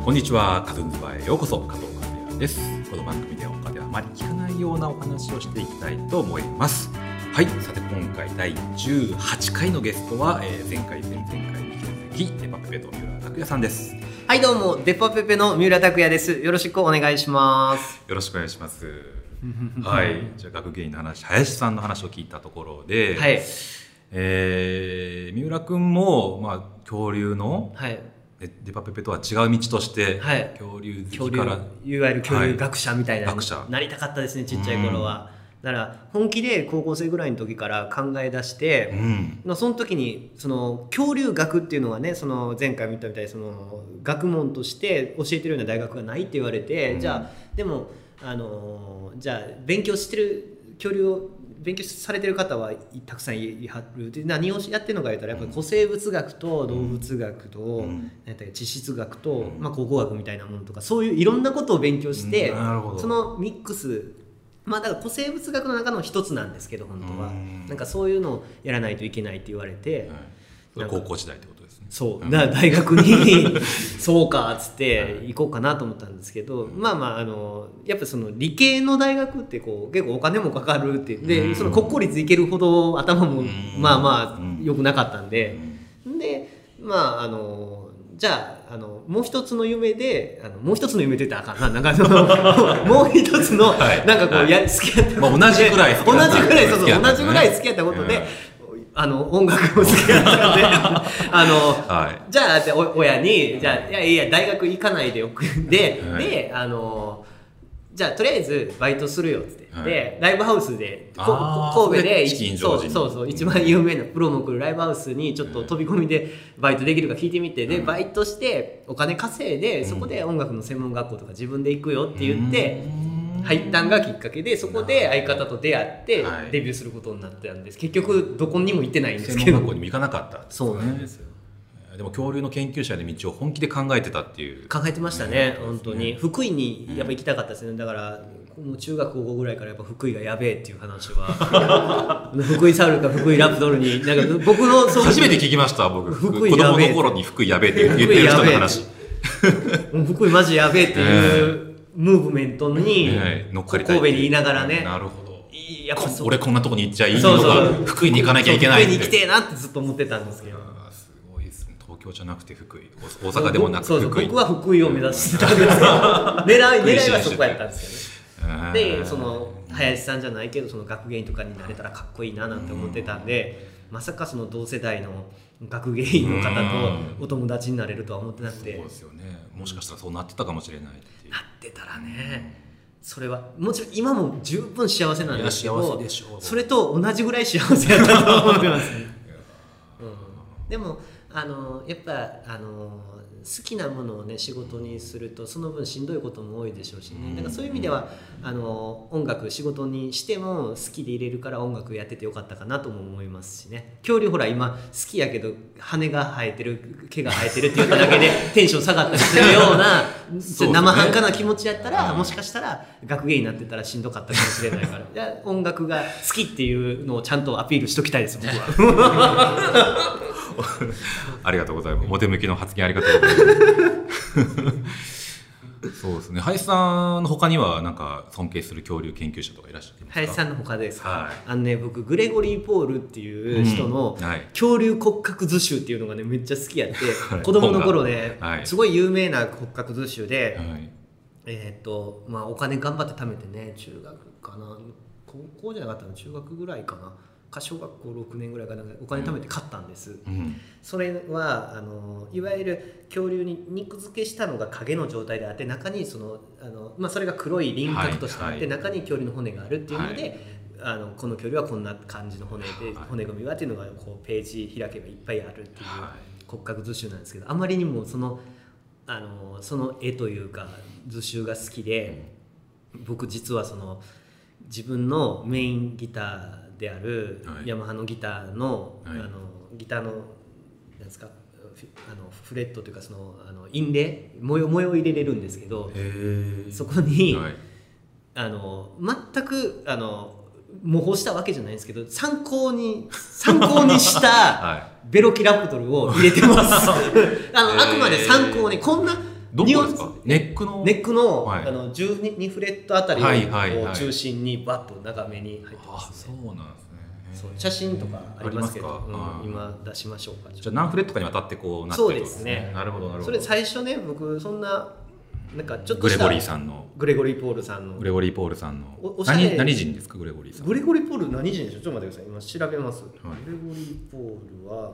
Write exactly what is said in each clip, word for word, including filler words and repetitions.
こんにちは。カズンズバーへようこそ。加藤和也です。この番組では他ではあまり聞かないようなお話をしていきたいと思います。はい、さて今回だいじゅうはちかいのゲストは、えー、前回前々回に引き続きデパペペと三浦拓也さんです。 はい、どうもデパペペの三浦拓也です。よろしくお願いします。 よろしくお願いします。はい、じゃあ学芸員の話、林さんの話を聞いたところで、はい、えー、三浦くんも、まあ、恐竜の、はい、デパペペとは違う道として、はい、恐竜好きから、 いわゆる恐竜学者みたいな、 はい、 なりたかったですね、ちっちゃい頃は。だから本気で高校生ぐらいの時から考え出して、うん、その時にその恐竜学っていうのはね、その前回見たみたいにその学問として教えてるような大学がないって言われて、うん、じゃあでもあのじゃあ勉強してる恐竜を勉強されてる方はたくさんいはるで、何をやってるのか言ったらやっぱり古生物学と動物学と、うん、なんか地質学と、うん、まあ、考古学みたいなものとか、そういういろんなことを勉強して、うん、そのミックス、まあだから古生物学の中の一つなんですけど、本当は、うん、なんかそういうのをやらないといけないって言われて、 うん、高校時代ってことですね。 そう、だから大学にそうかっつって行こうかなと思ったんですけど、まあまああのやっぱその理系の大学ってこう結構お金もかかるってで、その国公立行けるほど頭もまあまあ良くなかったんで、でまああのじゃあ、あのもう一つの夢で、あのもう一つの夢って言ったらあかんな、なんかそのもう一つの、はい、なんかこうや、はい、好きやった、 まあ、同じぐらい好きやった、 同じぐらいそうそう、同じぐらい好きやったことで、あの音楽も好きだったのであの、はい、じゃあお親にじゃあいやいや大学行かないでよくで、はい、であのじゃあとりあえずバイトするよって、はい、でライブハウスで神戸でそうそうそう一番有名なプロも来るライブハウスにちょっと飛び込みでバイトできるか聞いてみて、でバイトしてお金稼いでそこで音楽の専門学校とか自分で行くよって言って入ったんがきっかけで、そこで相方と出会ってデビューすることになったんです。結局どこにも行ってないんですけど、 専門学校にも行かなかったんですね。 そうなんですよ。 でも恐竜の研究者で道を本気で考えてたっていう考えてましたね、本当に。福井にやっぱ行きたかったですね。だからもう中学高校ぐらいからやっぱ福井がやべえっていう話は福井サウルか福井ラプドルになんか僕のそう初めて聞きました。僕福井子供の頃に福井やべえって言ってる人の話福井マジやべえっていうムーブメントに神戸にいながらね、 なるほど、 いや俺こんなとこに行っちゃいいのか、福井に行かなきゃいけないって、 福井に行きてえなってずっと思ってたんですけど、 東京じゃなくて福井、大阪でもなく福井。 そうそう、僕は福井を目指してたんですけど狙い狙いはそこやったんですよね。でその林さんじゃないけどその学芸員とかになれたらかっこいいななんて思ってたんで、まさかその同世代の学芸員の方とお友達になれるとは思ってなくて、 そうですよね。もしかしたらそうなってたかもしれないっていう。 なってたらね、それはもちろん今も十分幸せなんですけど、それと同じぐらい幸せやったと思ってますね、うん、でもあのやっぱあの好きなものをね仕事にするとその分しんどいことも多いでしょうしね。だからそういう意味ではあの音楽仕事にしても好きで入れるから音楽やっててよかったかなとも思いますしね。恐竜ほら今好きやけど羽が生えてる毛が生えてるって言っただけでテンション下がったりするような生半可な気持ちやったら、もしかしたら学芸になってたらしんどかったかもしれないからじゃあ音楽が好きっていうのをちゃんとアピールしときたいです僕はありがとうございます。表向きの発言ありがとうございますそうですね。林さんの他にはなんか尊敬する恐竜研究者とかいらっしゃいますか？ 林さんの他ですか、 はい、 あのね僕グレゴリー・ポールっていう人の、うんはい、恐竜骨格図集っていうのがねめっちゃ好きやって、はい、子供の頃ね、はい、すごい有名な骨格図集で、はい、えー、っとまあお金頑張って貯めてね、中学かな高校じゃなかったの中学ぐらいかな小学校ろくねんぐらいかなんかお金貯めて買ったんです、うん、それはあのいわゆる恐竜に肉付けしたのが影の状態であって、中にそのあの、まあ、それが黒い輪郭としてあって、はいはい、中に恐竜の骨があるっていうので、はい、あのこの恐竜はこんな感じの骨で、はい、骨組みはっていうのがこうページ開けばいっぱいあるっていう骨格図集なんですけど、あまりにもその、あのその絵というか図集が好きで、僕実はその自分のメインギターであるヤマハのギターの、はい、あのギターのなんですかあのフレットというかそのあのインレイ模様模様入れれるんですけど、そこに、はい、あの全くあの模倣したわけじゃないんですけど参考に参考にしたベロキラプトルを入れてますあのあくまで参考にこんなどこですか？ネックのネックの、はい、あのじゅうにフレットあたりを中心にバッと長めに入ってます、ね、 あ、そうなんですね。 そう写真とかありますけど、うん、今出しましょうか。 じゃあ何フレットかにわたってこうなってるんですね。 そうですね。 なるほどなるほど。 それ最初ね、僕そんななんかちょっとしたグレゴリーさんのグレゴリー・ポールさんのグレゴリー・ポールさんの何何人ですか？グレゴリーさん。 グレゴリー・ポール何人でしょう。ちょっと待ってください。今調べます。はい、グレゴリー・ポールは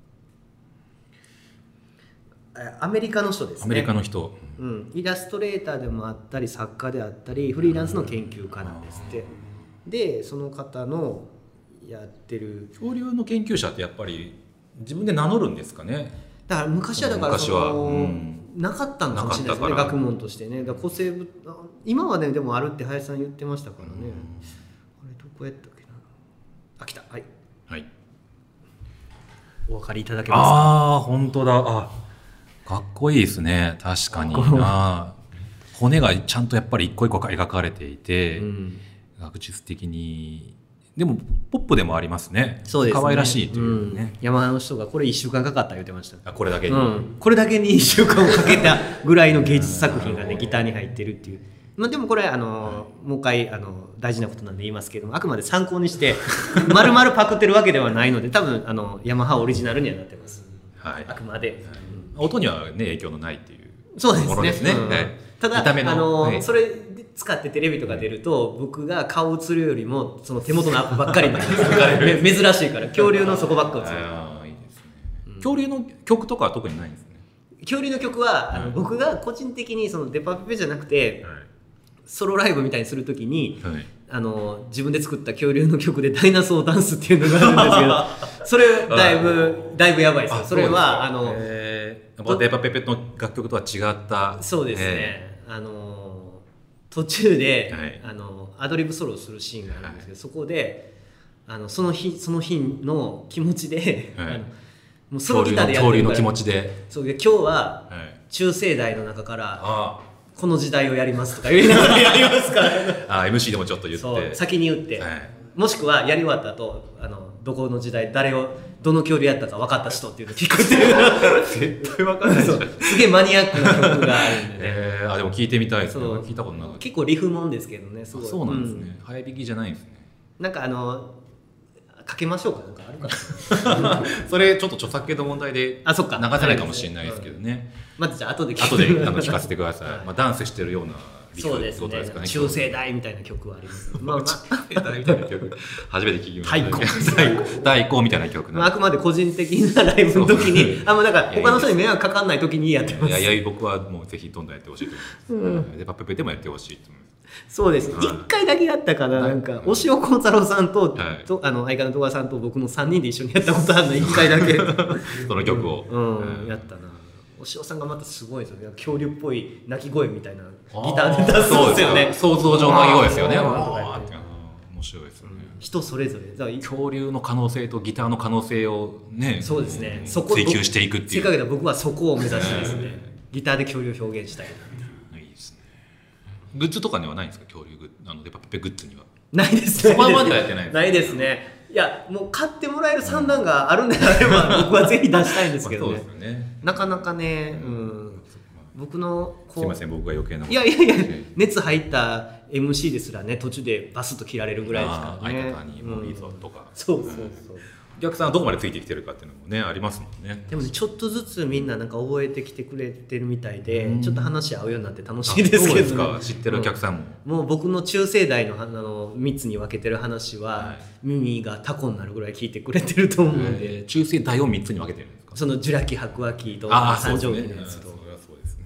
アメリカの人ですね。 アメリカの人、 うん、イラストレーターでもあったり作家であったりフリーランスの研究家なんですって。でその方のやってる恐竜の研究者ってやっぱり自分で名乗るんですかね。 だから昔はだから昔は、うん、 なかったのかもしれないですね、学問としてね。だから古生物今はねでもあるって林さん言ってましたからね、うん、あれどこやったっけなあ来たはい、 はい、 お分かりいただけますか？ ああ本当だ。あかっこいいですね。確かにあ骨がちゃんとやっぱり一個一個描かれていて、うん、学術的にでもポップでもありますね。 そうですね。 可愛らしいというね、 うん、山の人がこれいっしゅうかんかかった言ってました。 あこれだけに、 うん、これだけにいっしゅうかんをかけたぐらいの芸術作品がねギターに入ってるっていう。まあ、でもこれあのもう一回あの大事なことなんで言いますけども、あくまで参考にして丸々パクってるわけではないので、多分あのヤマハオリジナルにはなってます、はい、あくまで、はい、 音にはね影響のないっていうそうですね。 ものですね、うん、はい、 ただあの、はい、それ使ってテレビとか出ると僕が顔映るよりもその手元のアップばっかりになります珍しいから恐竜のそこばっか映る。 あいいですね、うん、恐竜の曲とかは特にないんですね。 恐竜の曲は、はい、あの僕が個人的にそのデパペペじゃなくて、はい、ソロライブみたいにするときに、はい、あの自分で作った恐竜の曲でダイナソーダンスっていうのがあるんですけどそれだいぶだいぶやばいですよ。それはあのデパペペの楽曲とは違ったそうですね、あの途中で、はい、あのアドリブソロをするシーンがあるんですけど、はい、そこであのその日その日の気持ちで、はい、あのもうソロギターでやってるから恐竜の気持ちでそうで今日は中生代の中からこの時代をやりますとか言いながらやりますからあ エムシー でもちょっと言ってそう先に言って、 はい、 もしくはやり終わった後あのどこの時代誰をどの恐竜やったか分かった人っていうのを聞くっていう絶対分かんないじゃんすげえマニアックな曲があるんでね、えー、あでも聞いてみたいですね。聞いたことなかった。 結構リフもんですけどね。すごいそうなんですね、うん、早弾きじゃないんですね。 なんかあのかけましょうかなんかあるかなそれちょっと著作権の問題であそっか流せないかもしれないですけどね。 まずじゃあ後で後であの聞かせてください、はい、まあ、ダンスしてるようなそうですね。中生代みたいな曲はあります。まあまあ、中生代みたいな曲初めて聞きました、ね。 太鼓太鼓みたいな曲なんで、 まあ、あくまで個人的なライブの時に、あもうなんか他の人に迷惑かかんない時にやってます。 いやいや僕はもうぜひどんどんやってほしいと思います。うん、でパペペでもやってほしいと思います。 そうです。一、はい、回だけやったかな、なんか押尾幸太郎さんと、はい、とあの相方の戸川さんと僕のさんにんで一緒にやったことあるの一回だけ。 その曲を、 うんうん、やったな。押尾さんがまたすごいですよね。恐竜っぽい鳴き声みたいなギターで出すんですよね。 想像上の鳴き声ですよね。面白いですよね。 人それぞれ恐竜の可能性とギターの可能性をね、 そうですね。 そこ追求していくっていう。 せっかくだ僕はそこを目指してですね、ギターで恐竜を表現したい。 いいですね。グッズとかにはないんですか？恐竜グッズ、あのデパペペグッズには。 ないですね。 そこまではやってないです。 ないですね。いやもう買ってもらえる算段があるんであれば僕はぜひ出したいんですけど ね,、まあ、そうですよね。なかなかね、うん、僕のこうすいません僕が余計なこといやいやいや熱入った エムシー ですらね途中でバスッと切られるぐらいですからね。 相方にもういいぞとか、 うん、そうそうそう、 お客さんはどこまでついてきてるかっていうのもねありますもんね。 でもねちょっとずつみんななんか覚えてきてくれてるみたいで、うん、ちょっと話合うようになって楽しいですけど、ね、そうですか。知ってるお客さんも、 うん、もう僕の中生代 の, あのみっつに分けてる話は、はい、耳がタコになるぐらい聞いてくれてると思うんで、 えー、中生代をみっつに分けてるんですか？ そのジュラ紀白亜紀と三畳紀のやつと。 それはそうですね。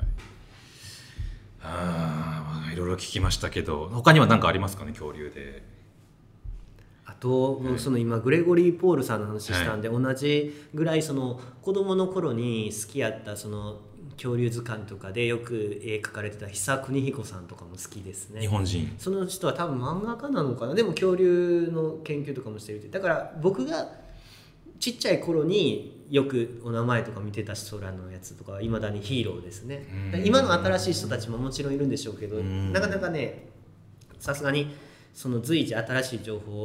はい、ああいろいろ聞きましたけど他には何かありますかね恐竜で。 あと、はい、その今グレゴリー・ポールさんの話したんで、はい、同じぐらいその子供の頃に好きやったその恐竜図鑑とかでよく絵描かれてた久邦彦さんとかも好きですね。 日本人。 その人は多分漫画家なのかな。でも恐竜の研究とかもしてるって。だから僕がちっちゃい頃によくお名前とか見てた人らのやつとかいまだにヒーローですね。今の新しい人たちももちろんいるんでしょうけどなかなかねさすがにその随時新しい情報を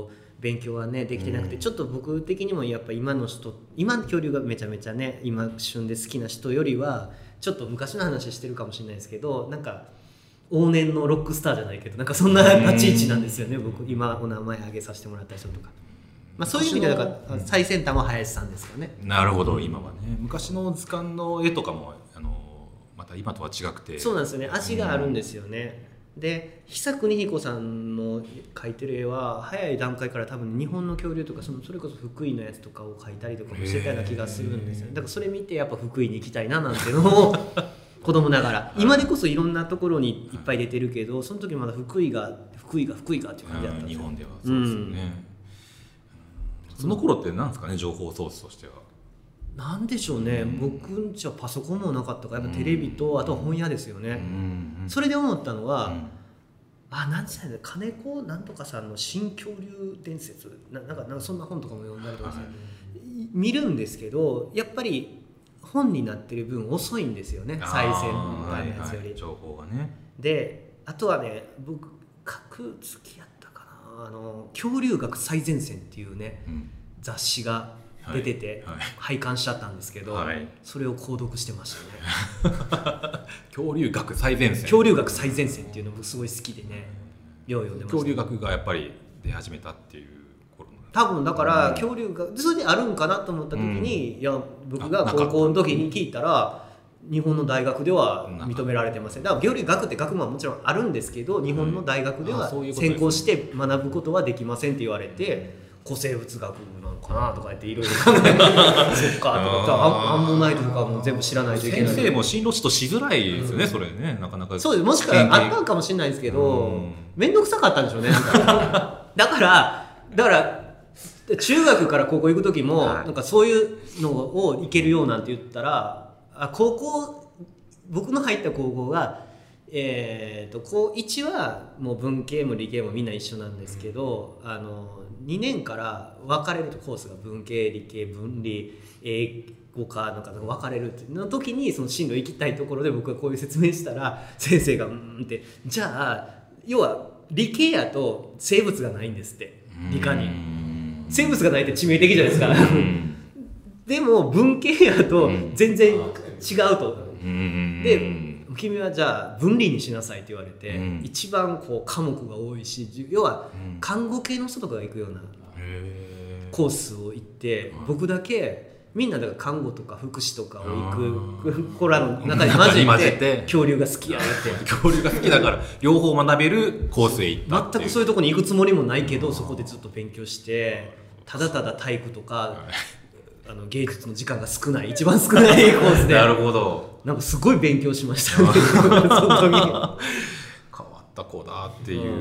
勉強はねできてなくて、うん、ちょっと僕的にもやっぱ今の人今の恐竜がめちゃめちゃね今旬で好きな人よりはちょっと昔の話してるかもしれないですけど、なんか往年のロックスターじゃないけどなんかそんな立ち位置なんですよね、僕今お名前挙げさせてもらった人とか、まあ、そういう意味でだから最先端は林さんですよね。 なるほど、今はね昔の図鑑の絵とかもあのまた今とは違くて、 そうなんですよね、味があるんですよね、うん、で久国彦さんの描いてる絵は早い段階から多分日本の恐竜とかそのそれこそ福井のやつとかを描いたりとかもしてたような気がするんですよ、ね、だからそれ見てやっぱ福井に行きたいななんていうのを子供ながら今でこそいろんなところにいっぱい出てるけど、その時まだ福井が福井が福井がっていう感じだったんですよ、 日本ではそうですよね、うん、その頃って何ですかね、情報ソースとしてはなんでしょうね、うん、僕んちはパソコンもなかったからやっぱテレビと、うん、あとは本屋ですよね、うんうん、それで思ったのは、うん、あなんていうの金子なんとかさんの新恐竜伝説 な, なんかなんかそんな本とかも読んだりとか、はい、見るんですけどやっぱり本になってる分遅いんですよね、最先端のやつより、はいはい、情報がね。であとはね僕格付きやったかなあの恐竜学最前線っていうね、うん、雑誌が出てて、はいはい、拝観しちゃったんですけど、はい、それを購読してましたね恐竜学最前線恐竜学最前線っていうのもすごい好きでねよう読んでました。 恐竜学がやっぱり出始めたっていう頃多分だから恐竜学それであるんかなと思った時に、うん、いや僕が高校の時に聞いたら日本の大学では認められてません。だから恐竜学って学問はもちろんあるんですけど日本の大学では専攻して学ぶことはできませんって言われて、古生物学なのかなとか言っていろいろ考えてそっかとかアンモナイトとかも全部知らないといけない。 先生も進路としづらいですよね、うん、それねなかなか。 そうです、もしかしたらあったんかもしれないですけど面倒くさかったんでしょうねだからだから中学から高校行く時も、はい、なんかそういうのを行けるようなんて言ったらあ高校僕の入った高校が、えー、と高いちはもう文系も理系もみんな一緒なんですけど、うん、あのにねんから分かれるとコースが文系理系分理英語科なんか分かれるっての時にその進路行きたいところで僕がこういう説明したら先生がうんってじゃあ要は理系やと生物がないんですって理科に生物がないって致命的じゃないですかでも文系やと全然違うとで君はじゃあ分離にしなさいって言われて、うん、一番こう科目が多いし要は看護系の人とかが行くようなコースを行って僕だけみんなだから看護とか福祉とかを行く子らの中に混じって恐竜が好きやって恐竜が好きだから両方学べるコースへ行ったっていう全くそういうところに行くつもりもないけどそこでずっと勉強してただただ体育とかあの芸術の時間が少ない一番少ないコースでなるほどなんかすごい勉強しましたねその時に変わった子だっていう、うん、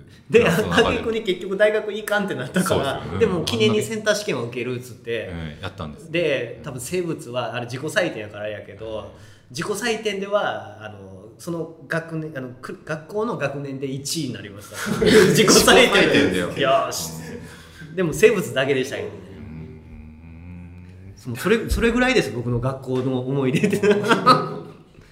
で挙句に結局大学行かんってなったから で,、ね、でも記念にセンター試験を受けるっつって、 えー、やったんです、ね、 で多分生物はあれ自己採点やからやけど自己採点ではあのその学年あの学校の学年でいちいになりました自己採点でよしでも生物だけでしたけどねそれ、それぐらいです僕の学校の思い出って、えー、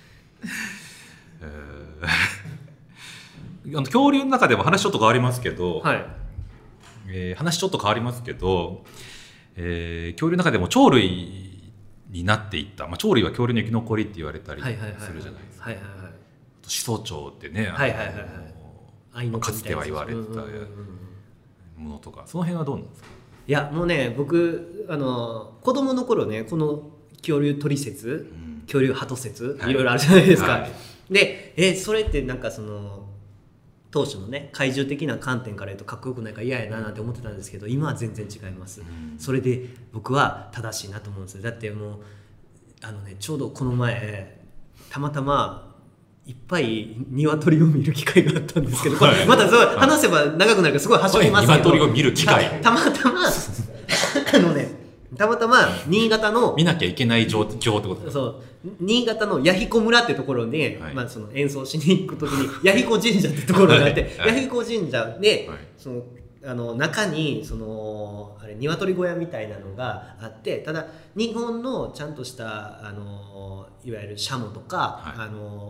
あの恐竜の中でも話ちょっと変わりますけど、 はいえー、話ちょっと変わりますけど、えー、恐竜の中でも鳥類になっていった、まあ、鳥類は恐竜の生き残りって言われたりするじゃないですか。始祖鳥ってね、かつては言われてたものとか、その辺はどうなんですか？ いやもうね僕あの子供の頃ねこの恐竜取説、うん、恐竜鳩説、はい、いろいろあるじゃないですか、はい、でえそれってなんかその当初のね怪獣的な観点から言うとかっこよくないから嫌やななんて思ってたんですけど今は全然違います、うん、それで僕は正しいなと思うんですよ。だってもうあのねちょうどこの前たまたまいっぱい鶏を見る機会があったんですけど、これまたすごい話せば長くなるからすごい端折りますけど、 鶏を見る機会たまたまあのねたまたま新潟の見なきゃいけない状況ってことです。 そう新潟の弥彦村ってところで、はいまあ、その演奏しに行くときに弥彦神社ってところがあって、はい、弥彦神社で、はい、そのあの中にそのあれ鶏小屋みたいなのがあって、ただ日本のちゃんとしたあのいわゆるシャモとか、はい、あの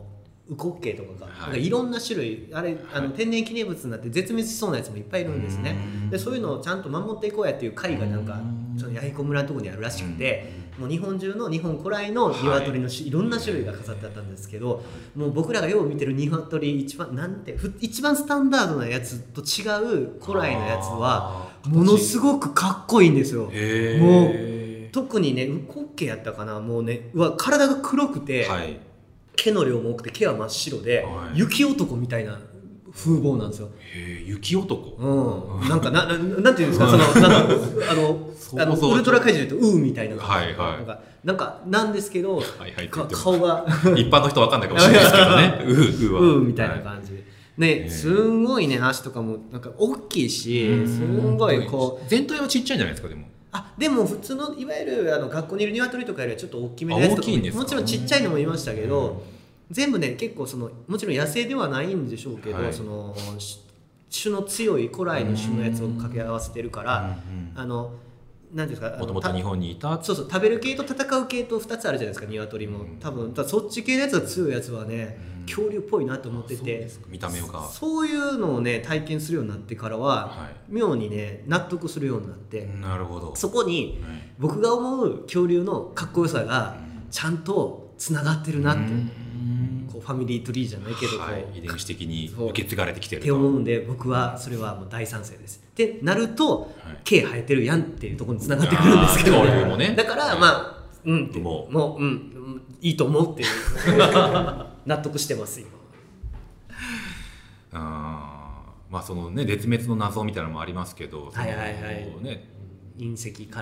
ウコッケイとかが、 はい、 なんかいろんな種類あれあの天然記念物になって絶滅しそうなやつもいっぱいいるんですね。でそういうのをちゃんと守っていこうやっていう会がなんかその八重子村のところにあるらしくて、もう日本中の日本古来の鶏の、はい、いろんな種類が飾ってあったんですけど、もう僕らがよう見てる鶏一番なんて一番スタンダードなやつと違う古来のやつはものすごくかっこいいんですよ。もう特にねウコッケイやったかな、もうねうわ体が黒くて、はい、毛の量も多くて毛は真っ白で、はい、雪男みたいな風貌なんですよ。 へえ、雪男。 うん。なんかなななんていうんですか、そのなんかあのあのウルトラ怪獣で言うとウーみたいな、 はいはい。 なんかなんかなんですけど、 はいはい、 顔が一般の人わかんないかもしれないですけどね。ウーウーは。 ウーみたいな感じ。はい、ね、すんごいね足とかもなんか大きいし、すんごいこう全体はちっちゃいんじゃないですかでも。 あでも普通のいわゆるあの学校にいる鶏とかよりはちょっと大きめのやつとかももちろんちっちゃいのもいましたけど、全部ね結構そのもちろん野生ではないんでしょうけど、はい、その種の強い古来の種のやつを掛け合わせてるから、あのなんですか、 もともと日本にいたそうそう食べる系と戦う系とふたつあるじゃないですか鶏も。多分そっち系のやつが強いやつはね、うん、恐竜っぽいなと思ってて、 見た目がそういうのをね体験するようになってからは、はい、妙にね納得するようになって、 なるほど、 そこに僕が思う恐竜のかっこよさがちゃんとつながってるなって、うん、こうファミリーツリーじゃないけど、 はい、遺伝子的に受け継がれてきてるとって思うんで、僕はそれはもう大賛成です。ってなると、はい、毛生えてるやんっていうところにつながってくるんですけど、 ねもね、 だからまあうんってもうもう、うん、いいと思うっていう納得してます今。 あまあそのね絶滅の謎みたいなのもありますけど、 はいはいはい、 ね、 隕石から、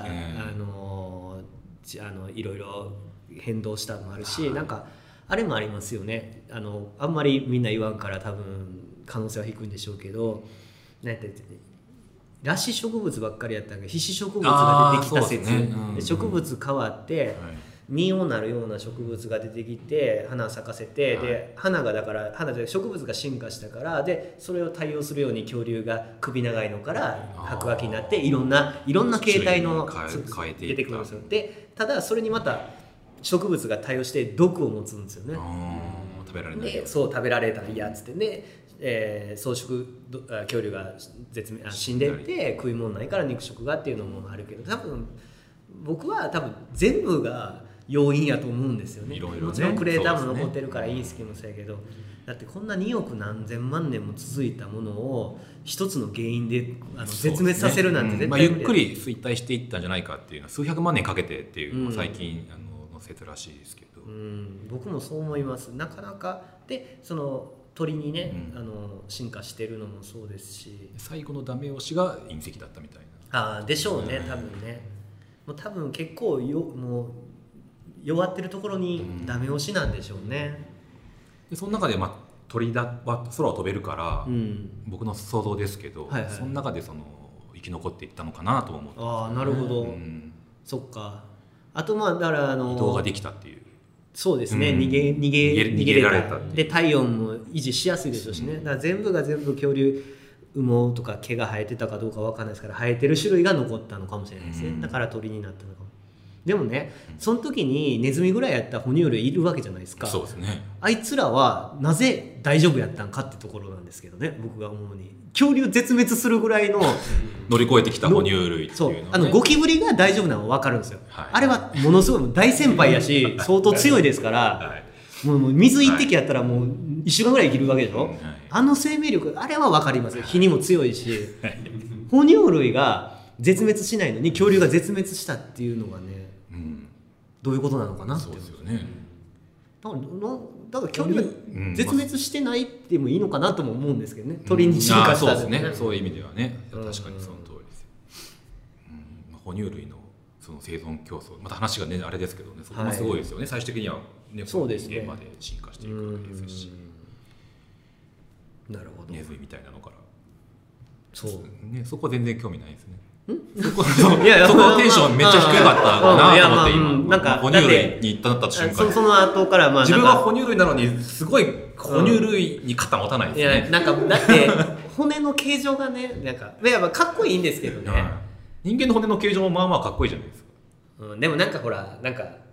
えー、あのあのいろいろ変動したのもあるし、はい、なんかあれもありますよね。あのあんまりみんな言わんから多分可能性は低いんでしょうけど、なんて裸子植物ばっかりやったんが被子植物が出てきた説、ね、うんうん、植物変わって、はい、実をなるような植物が出てきて花咲かせて、はい、で花がだから花で植物が進化したからでそれを対応するように恐竜が首長いのから白亜紀になっていろんないろんな形態の出てくるんですよ。でただそれにまた植物が対応して毒を持つんですよね。 食べられない。 でそう食べられたら嫌っつってね、えー、草食恐竜が絶滅死んでって食い物ないから肉食がっていうのもあるけど、多分僕は多分全部が要因やと思うんですよね。 いろいろね、 もちろんクレーターも残ってるから隕石もそうやけど、だってこんなにおくなん千万年も続いたものを一つの原因であの絶滅させるなんて絶対、 うん、まあ、ゆっくり衰退していったんじゃないかっていうのは数百万年かけてっていうのが最近、うん、あの説らしいですけど、 うん、僕もそう思います。なかなかでその鳥にね、うん、あの進化してるのもそうですし、 最後のダメ押しが隕石だったみたいな。あでしょうね、多分ね。もう多分結構よもう弱ってるところにダメ押しなんでしょうね。 うん、でその中で、まあ、鳥だは空を飛べるから、うん、僕の想像ですけど、はいはい、その中でその生き残っていったのかなと思って、ね、 ああなるほど、うん、そっか。あとまあだからあの移動ができたっていう。 そうですね、うん、逃げ逃げ逃げれた、れたで体温も維持しやすいでしょうしね、うん、だから全部が全部恐竜羽毛とか毛が生えてたかどうかわかんないですから生えてる種類が残ったのかもしれないですね、うん、だから鳥になったのかも。でもね、その時にネズミぐらいやった哺乳類いるわけじゃないですか。 そうですね。 あいつらはなぜ大丈夫やったんかってところなんですけどね、僕が思うに恐竜絶滅するぐらいの乗り越えてきた哺乳類っていうの、ね、 そうあのゴキブリが大丈夫なのは分かるんですよ、はい、あれはものすごい大先輩やし相当強いですから、はい、もうもう水一滴やったらもういっしゅうかんぐらい生きるわけでしょ、はい、あの生命力あれは分かりますよ。火にも強いし哺乳類が絶滅しないのに恐竜が絶滅したっていうのがね、うん、どういうことなのかなって。 そうですよね。 だからだから恐竜が絶滅してないってもいいのかなとも思うんですけどね、鳥に進化した、 うん、そうですね、そういう意味ではね、確かにその通りですよ、うんまあ、哺乳類のその生存競争、また話がねあれですけどね、そこもすごいですよね、はい、最終的には、ね、 そうですね、 現場で進化していくわけですし、 なるほど、 ネズミみたいなのからそう、 ね、そこは全然興味ないですね。そこいやいやそこのテンションめっちゃ低かったなと思って今、なんか哺乳類になった瞬間にそ, その後からまあ自分は哺乳類なのにすごい哺乳類に肩持たないですね、 うん、いやなんかだって骨の形状がねなんかいやかっこいいんですけどね、 人間の骨の形状もまあまあかっこいいじゃないですか、 うん、でもなんかほらなんか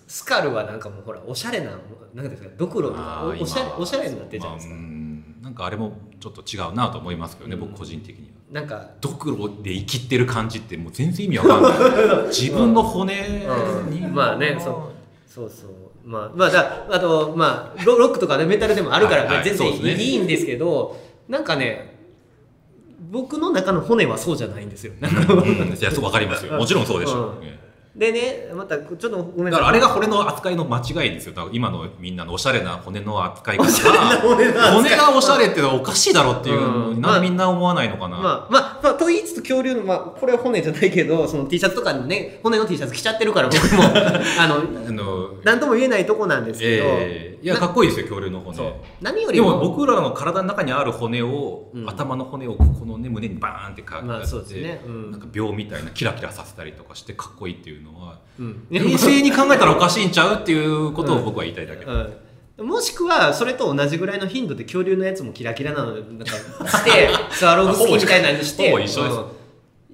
スカルはなんかもうほらおしゃれななんですかドクロとかおしゃれおしゃれになってるじゃないですか、まあ、うんなんかあれもちょっと違うなと思いますけどね、うん、僕個人的にはなんかドクロで生きってる感じってもう全然意味わかんない自分の骨に、 うん、まあねそうそうそうまあまあだあとまあロックとかねメタルでもあるから、はいはい、全然いい、ね、いいんですけどなんかね僕の中の骨はそうじゃないんですよ。うん、 いやそう分かりますよ。もちろんそうでしょう。うんでね、またちょっとごめんなさい。 だからあれが骨の扱いの間違いですよ。だから今のみんなのおしゃれな骨の扱い方が骨がおしゃれってのはおかしいだろっていうのに、うん、なんでみんな思わないのかな。 まあまあ、まあ、と言いつつ恐竜のまあこれは骨じゃないけど、その T シャツとかにね骨の T シャツ着ちゃってるから僕もあのあのなんとも言えないとこなんですけど、 えー、いやかっこいいですよ恐竜の骨。 何よりもでも僕らの体の中にある骨を、うん、頭の骨をここのね胸にバーンってかけて、まあそうですねうん、なんか秒みたいなキラキラさせたりとかしてかっこいいっていうのは。うん冷静に考えたらおかしいんちゃうっていうことを僕は言いたいだけど、うんうん、もしくはそれと同じぐらいの頻度で恐竜のやつもキラキラなのなんかしてスワローグスキーみたいなのにしてほぼ一緒です、 うん、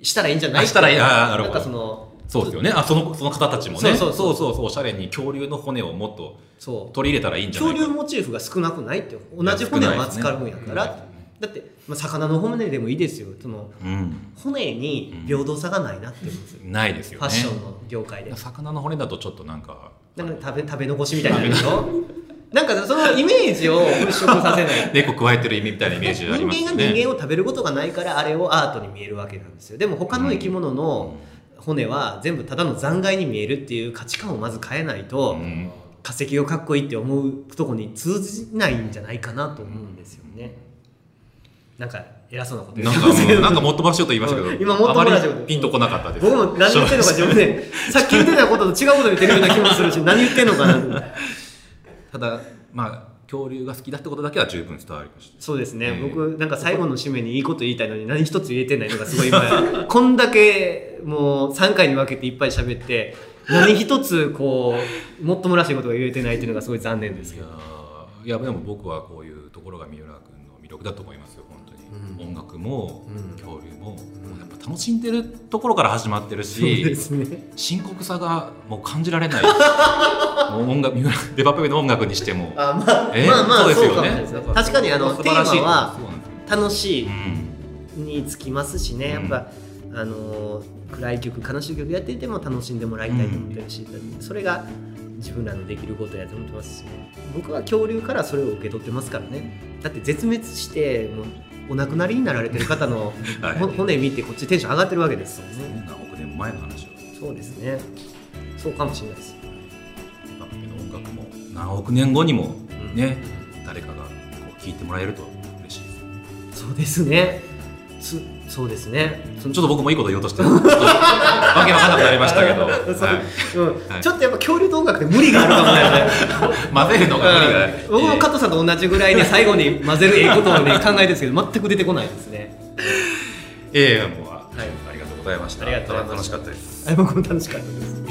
したらいいんじゃないしたらいいあなるほどなんかそのそうですよねあそのその方たちもねそうそうそうそうおしゃれに恐竜の骨をもっと取り入れたらいいんじゃないか恐竜モチーフが少なくないって同じ骨を扱うんやから、ね、だって、まあ、魚の骨でもいいですよその、うん、骨に平等さがないなって思うんですよ、 うん、ないですよねファッションの業界で魚の骨だとちょっとなんかなんか食べ、食べ残しみたいなでしょなんかそのイメージを払拭させない猫加えてる意味みたいなイメージありますよね人間が人間を食べることがないからあれをアートに見えるわけなんですよでも他の生き物の骨は全部ただの残骸に見えるっていう価値観をまず変えないと、うん、化石をかっこいいって思うとこに通じないんじゃないかなと思うんですよねなんか偉そうなこと言ってますけどなんかもっともらしようと言いましたけど今もっともらしようとピンとこなかったです僕も何言ってんのか自分でさっき言ってたことと違うこと言ってるような気もするし何言ってんのかなただまあ恐竜が好きだってことだけは十分伝わりましたそうですね、えー、僕なんか最後の締めにいいこと言いたいのに何一つ言えてないのがすごい今こんだけもうさんかいに分けていっぱい喋って何一つこうもっともらしいことが言えてないっていうのがすごい残念ですけどいや、いやでも僕はこういうところが三浦君の魅力だと思いますよ本当に、うん、音楽も、うん、恐竜も、うん、やっぱ楽しんでるところから始まってるしそうです、ね、深刻さがもう感じられないもう音楽デバペの音楽にしてもあ、まあ、えー、まあまあそうですよね確かにあのテーマは楽しいにつきますしね、うん、やっぱあの暗い曲悲しい曲やっていても楽しんでもらいたいと思ってるし、うん、それが自分らのできることやと思ってますし、ね、僕は恐竜からそれを受け取ってますからねだって絶滅してもうお亡くなりになられてる方のはい、骨見てこっちテンション上がってるわけですよね何億年前の話をそうですねそうかもしれないですバッペの音楽も何億年後にもね、うん、誰かがこう聴いてもらえると嬉しいですそうですねつそうですねちょっと僕もいいこと言おうとしてちょっとわけわかんなくなりましたけど、はいうんはい、ちょっとやっぱ恐竜と音楽って無理があるかもね混ぜるのが無理がある、 うん、僕も加藤さんと同じぐらいで最後に混ぜるええことを、ね、考えてるんですけど全く出てこないですねええもう、はい、ありがとうございました。 ありがとうございました。 楽しかったです。 僕も楽しかったです。